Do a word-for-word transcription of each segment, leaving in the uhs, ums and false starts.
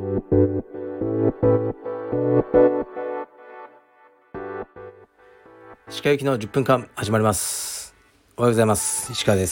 石川行きのじゅっぷんかん始まります。おはようございます。石川です。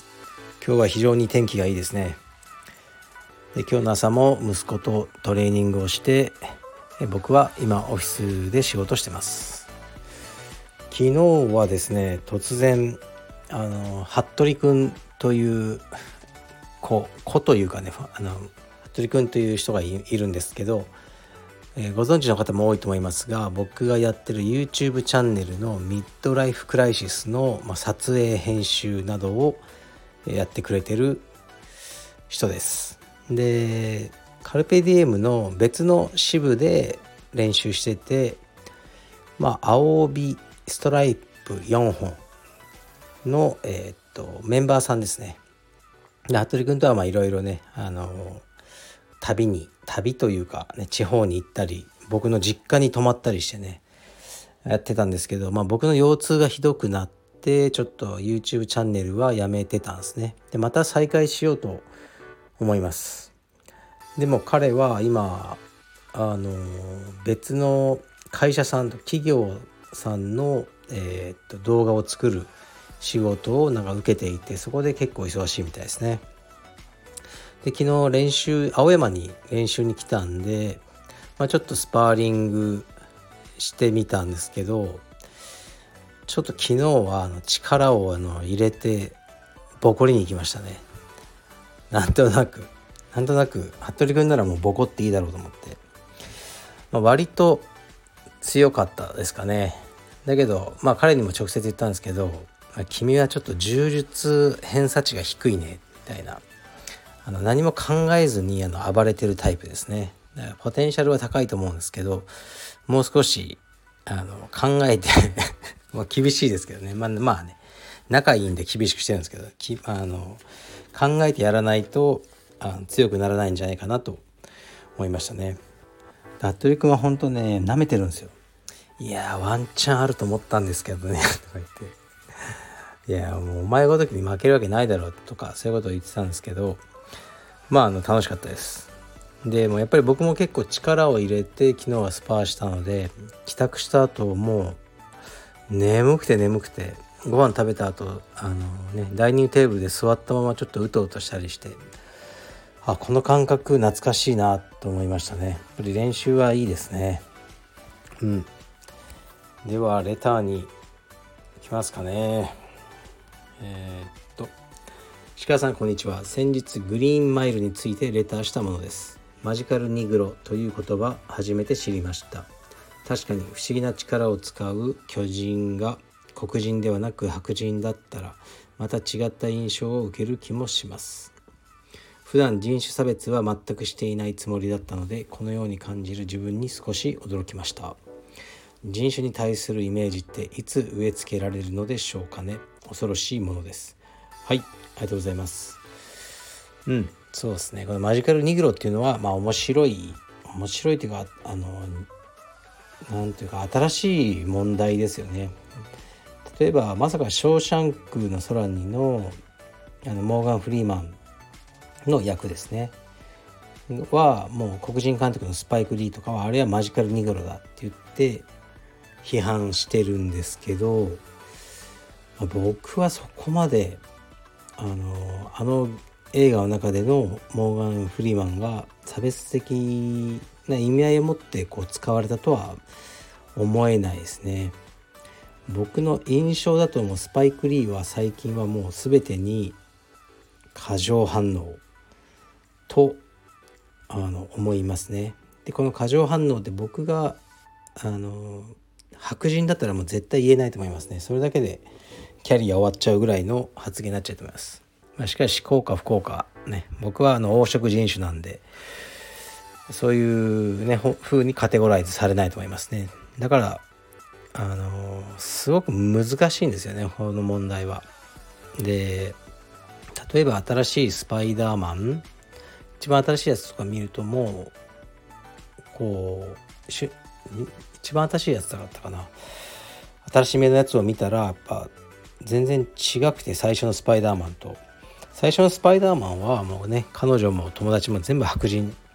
今日は非常に天気がいいですね。で今日の朝も息子とトレーニングをして、僕は今オフィスで仕事してます。昨日はですね、突然あの服部くんという子子というかね、あの服部くんという人が い, いるんですけど、えー、ご存知の方も多いと思いますが、僕がやってる YouTube チャンネルのミッドライフクライシスの、まあ、撮影編集などをやってくれてる人です。でカルペディエムの別の支部で練習してて、まあ、青帯ストライプよんほんの、えー、っとメンバーさんですね。で服部君とはいろいろね、あの旅に旅というか、ね、地方に行ったり僕の実家に泊まったりしてねやってたんですけど、まあ、僕の腰痛がひどくなってちょっと YouTube チャンネルはやめてたんですね。でまた再開しようと思います。でも彼は今あの別の会社さんと企業さんの、えー、っと動画を作る仕事をなんか受けていて、そこで結構忙しいみたいですね。で昨日練習青山に練習に来たんで、まあ、ちょっとスパーリングしてみたんですけど、ちょっと昨日はあの力をあの入れてボコりに行きましたね。なんとなくなんとなく服部君ならもうボコっていいだろうと思って、まあ、割と強かったですかね。だけどまあ彼にも直接言ったんですけど、まあ、君はちょっと柔術偏差値が低いねみたいな、あの何も考えずにあの暴れてるタイプですね。だからポテンシャルは高いと思うんですけど、もう少しあの考えてまあ厳しいですけどね、まあ、まあね仲いいんで厳しくしてるんですけど、きあの考えてやらないとあの強くならないんじゃないかなと思いましたね。服部君は本当ね舐めてるんですよ。いやワンチャンあると思ったんですけどねとか言って、いやもうお前ごときに負けるわけないだろうとかそういうことを言ってたんですけど、まああの楽しかったです。でもやっぱり僕も結構力を入れて昨日はスパーしたので、帰宅した後もう眠くて眠くてご飯食べた後あのねダイニングテーブルで座ったままちょっとうとうとしたりして、あこの感覚懐かしいなと思いましたね。やっぱり練習はいいですね。うんではレターに行きますかね。えー、っと石川さんこんにちは。先日グリーンマイルについてレターしたものです。マジカルニグロという言葉初めて知りました。確かに不思議な力を使う巨人が黒人ではなく白人だったらまた違った印象を受ける気もします。普段人種差別は全くしていないつもりだったので、このように感じる自分に少し驚きました。人種に対するイメージっていつ植え付けられるのでしょうかね。恐ろしいものです。はい、ありがとうございます。うんそうですね、このマジカルニグロっていうのはまあ面白い面白いというか、あのなんていうか新しい問題ですよね。例えばまさかショーシャンクの空にのあのモーガン・フリーマンの役ですねはもう黒人監督のスパイク・リーとかはあれはマジカルニグロだって言って批判してるんですけど、僕はそこまであのあの映画の中でのモーガン・フリーマンが差別的な意味合いを持ってこう使われたとは思えないですね。僕の印象だともうスパイク・リーは最近はもう全てに過剰反応とあの思いますね。でこの過剰反応で僕があの白人だったらもう絶対言えないと思いますね。それだけでキャリア終わっちゃうぐらいの発言になっちゃうと思います。まあ、しかし幸か不幸かね、僕はあの黄色人種なんでそういうね風にカテゴライズされないと思いますね。だからあのすごく難しいんですよね、この問題は。で例えば新しいスパイダーマン、一番新しいやつとか見るともうこうし一番新しいやつだったかな、新しめのやつを見たらやっぱ全然違くて、最初のスパイダーマンと最初のスパイダーマンはもうね彼女も友達も全部白人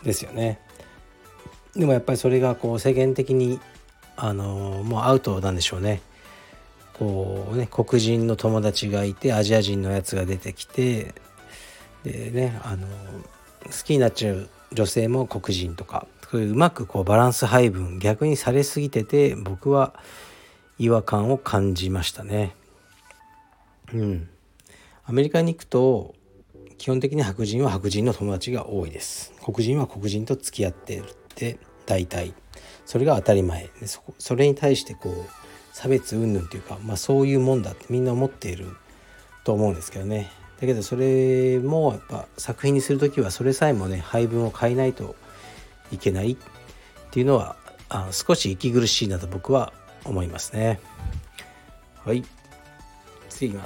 ですよね。でもやっぱりそれがこう世間的にあのもうアウトなんでしょうね。こうね黒人の友達がいてアジア人のやつが出てきて、でねあの好きになっちゃう女性も黒人とか、そういううまくこうバランス配分逆にされすぎてて、僕は違和感を感じましたね。うん。アメリカに行くと基本的に白人は白人の友達が多いです。黒人は黒人と付き合ってるって大体それが当たり前で、 そ, それに対してこう差別云々というか、まあ、そういうもんだってみんな思っていると思うんですけどね。だけどそれもやっぱ作品にするときはそれさえもね配分を変えないといけないっていうのはあの少し息苦しいなと僕は思いますね。はい、次いきます。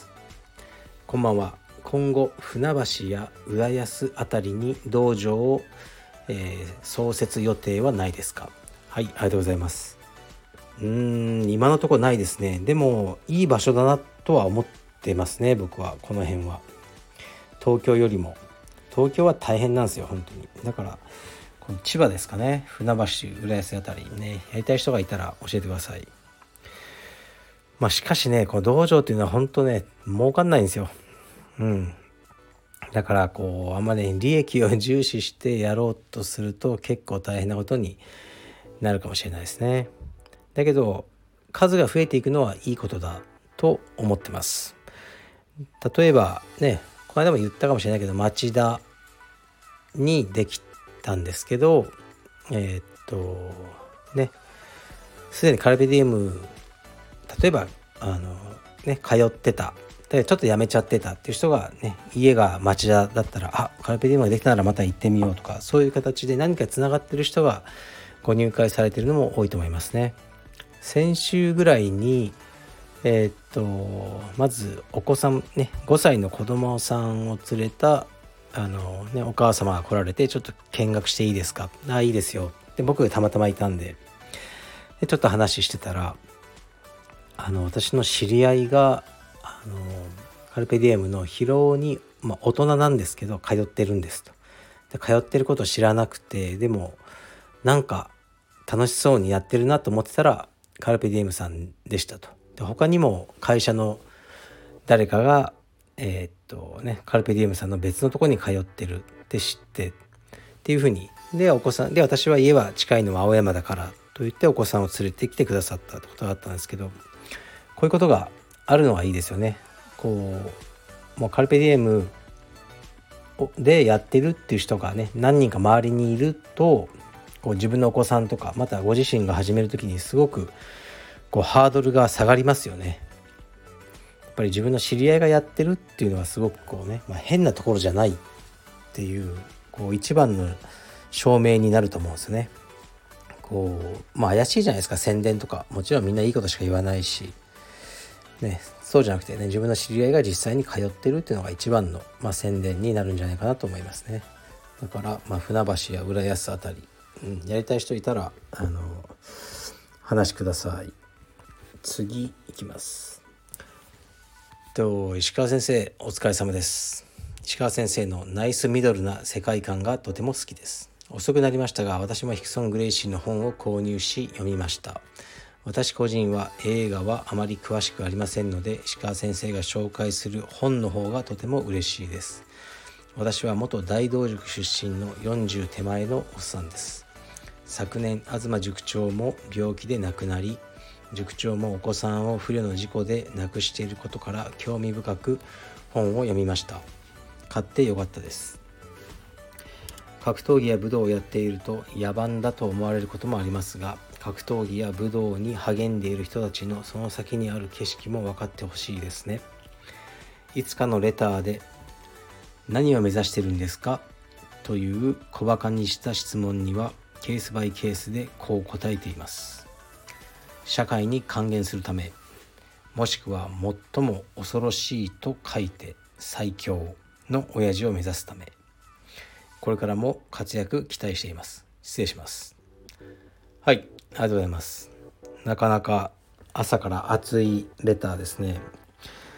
こんばんは。今後船橋や浦安あたりに道場を、えー、創設予定はないですか？はい、ありがとうございます。うーん今のところないですね。でもいい場所だなとは思ってますね。僕はこの辺は東京よりも東京は大変なんですよ本当に。だからこの千葉ですかね、船橋浦安あたりにねやりたい人がいたら教えてください。まあしかしねこの道場っていうのは本当ね儲かんないんですよ。うん。だからこうあんまり利益を重視してやろうとすると結構大変なことになるかもしれないですね。だけど数が増えていくのはいいことだと思ってます。例えばねこの間も言ったかもしれないけど町田にできたんですけど、えー、っとねすでにカルペディウム例えばあのね通ってたでちょっとやめちゃってたっていう人がね家が町田だったらあカルペディウムができたならまた行ってみようとか、そういう形で何かつながってる人がご入会されているのも多いと思いますね。先週ぐらいにえー、っとまずお子さんねごさいの子供さんを連れたあの、ね、お母様が来られてちょっと見学していいですか？あいいですよ。で僕がたまたまいたんで、でちょっと話してたらあの私の知り合いがあのカルペディエムの披露に、まあ、大人なんですけど通ってるんですと。で通ってることを知らなくて、でもなんか楽しそうにやってるなと思ってたらカルペディエムさんでしたと。で他にも会社の誰かがえー、っとねカルペディエムさんの別のところに通ってるって知ってっていうふうに、でお子さんで私は家は近いのは青山だからと言ってお子さんを連れてきてくださったってことがあったんですけど、こういうことがあるのはいいですよね。こうもうカルペディエムでやってるっていう人がね何人か周りにいると、こう自分のお子さんとかまたご自身が始めるときにすごくこうハードルが下がりますよね。やっぱり自分の知り合いがやってるっていうのはすごくこうね、まあ、変なところじゃないっていうこう一番の証明になると思うんですね。こうまあ怪しいじゃないですか、宣伝とかもちろんみんないいことしか言わないしね、そうじゃなくてね自分の知り合いが実際に通ってるっていうのが一番の、まあ、宣伝になるんじゃないかなと思いますね。だから、まあ、船橋や浦安あたり、うん、やりたい人いたらあの話ください。次いきます。と石川先生お疲れ様です。石川先生のナイスミドルな世界観がとても好きです。遅くなりましたが私もヒクソン・グレイシーの本を購入し読みました。私個人は映画はあまり詳しくありませんので石川先生が紹介する本の方がとても嬉しいです。私は元大道塾出身のよんじゅう手前のおっさんです。昨年東塾長も病気で亡くなり、塾長もお子さんを不慮の事故で亡くしていることから興味深く本を読みました。買ってよかったです。格闘技や武道をやっていると野蛮だと思われることもありますが、格闘技や武道に励んでいる人たちのその先にある景色も分かってほしいですね。いつかのレターで何を目指してるんですかという小馬鹿にした質問にはケースバイケースでこう答えています。社会に還元するため、もしくは最も恐ろしいと書いて最強の親父を目指すため、これからも活躍期待しています。失礼します。はい、ありがとうございます。なかなか朝から熱いレターですね。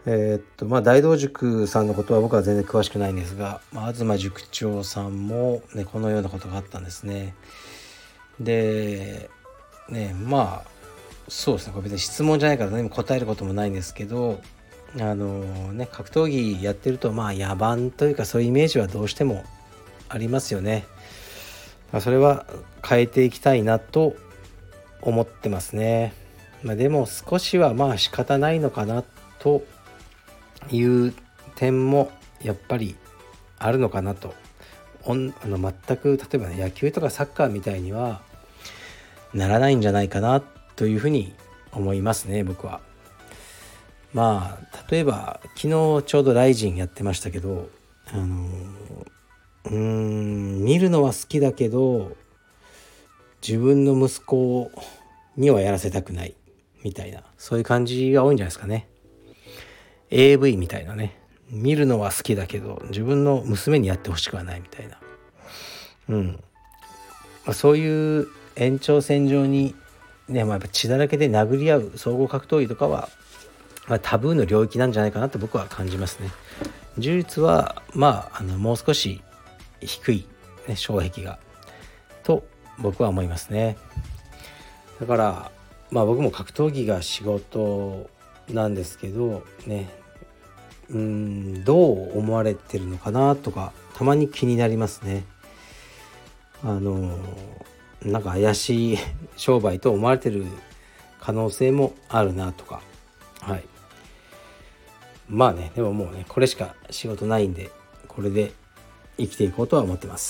えー、っとまあ大道塾さんのことは僕は全然詳しくないんですが、まあ、東塾長さんも、ね、このようなことがあったんですね。でねまあそうですね、これ別に質問じゃないから何も答えることもないんですけど、あのね格闘技やってるとまあ野蛮というかそういうイメージはどうしてもありますよね。まあ、それは変えていきたいなと思ってますね。まあ、でも少しはまあ仕方ないのかなという点もやっぱりあるのかなと。あの全く例えば、ね、野球とかサッカーみたいにはならないんじゃないかなというふうに思いますね、僕は。まあ例えば昨日ちょうどライジンやってましたけど、あのうーん見るのは好きだけど自分の息子にはやらせたくないみたいな、そういう感じが多いんじゃないですかね。 エーブイ みたいなね、見るのは好きだけど自分の娘にやってほしくはないみたいな、うんまあ、そういう延長線上にね、まあ、やっぱ血だらけで殴り合う総合格闘技とかは、まあ、タブーの領域なんじゃないかなと僕は感じますね。柔術はまあ、あのもう少し低い、ね、障壁がと僕は思いますね。だからまあ僕も格闘技が仕事なんですけどね、うーんどう思われてるのかなとかたまに気になりますね。あのなんか怪しい商売と思われてる可能性もあるなとか、はい。まあね、でももうねこれしか仕事ないんでこれで生きていこうとは思ってます。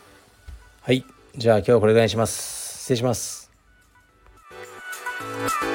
はい、じゃあ今日はこれぐらいにします。失礼します。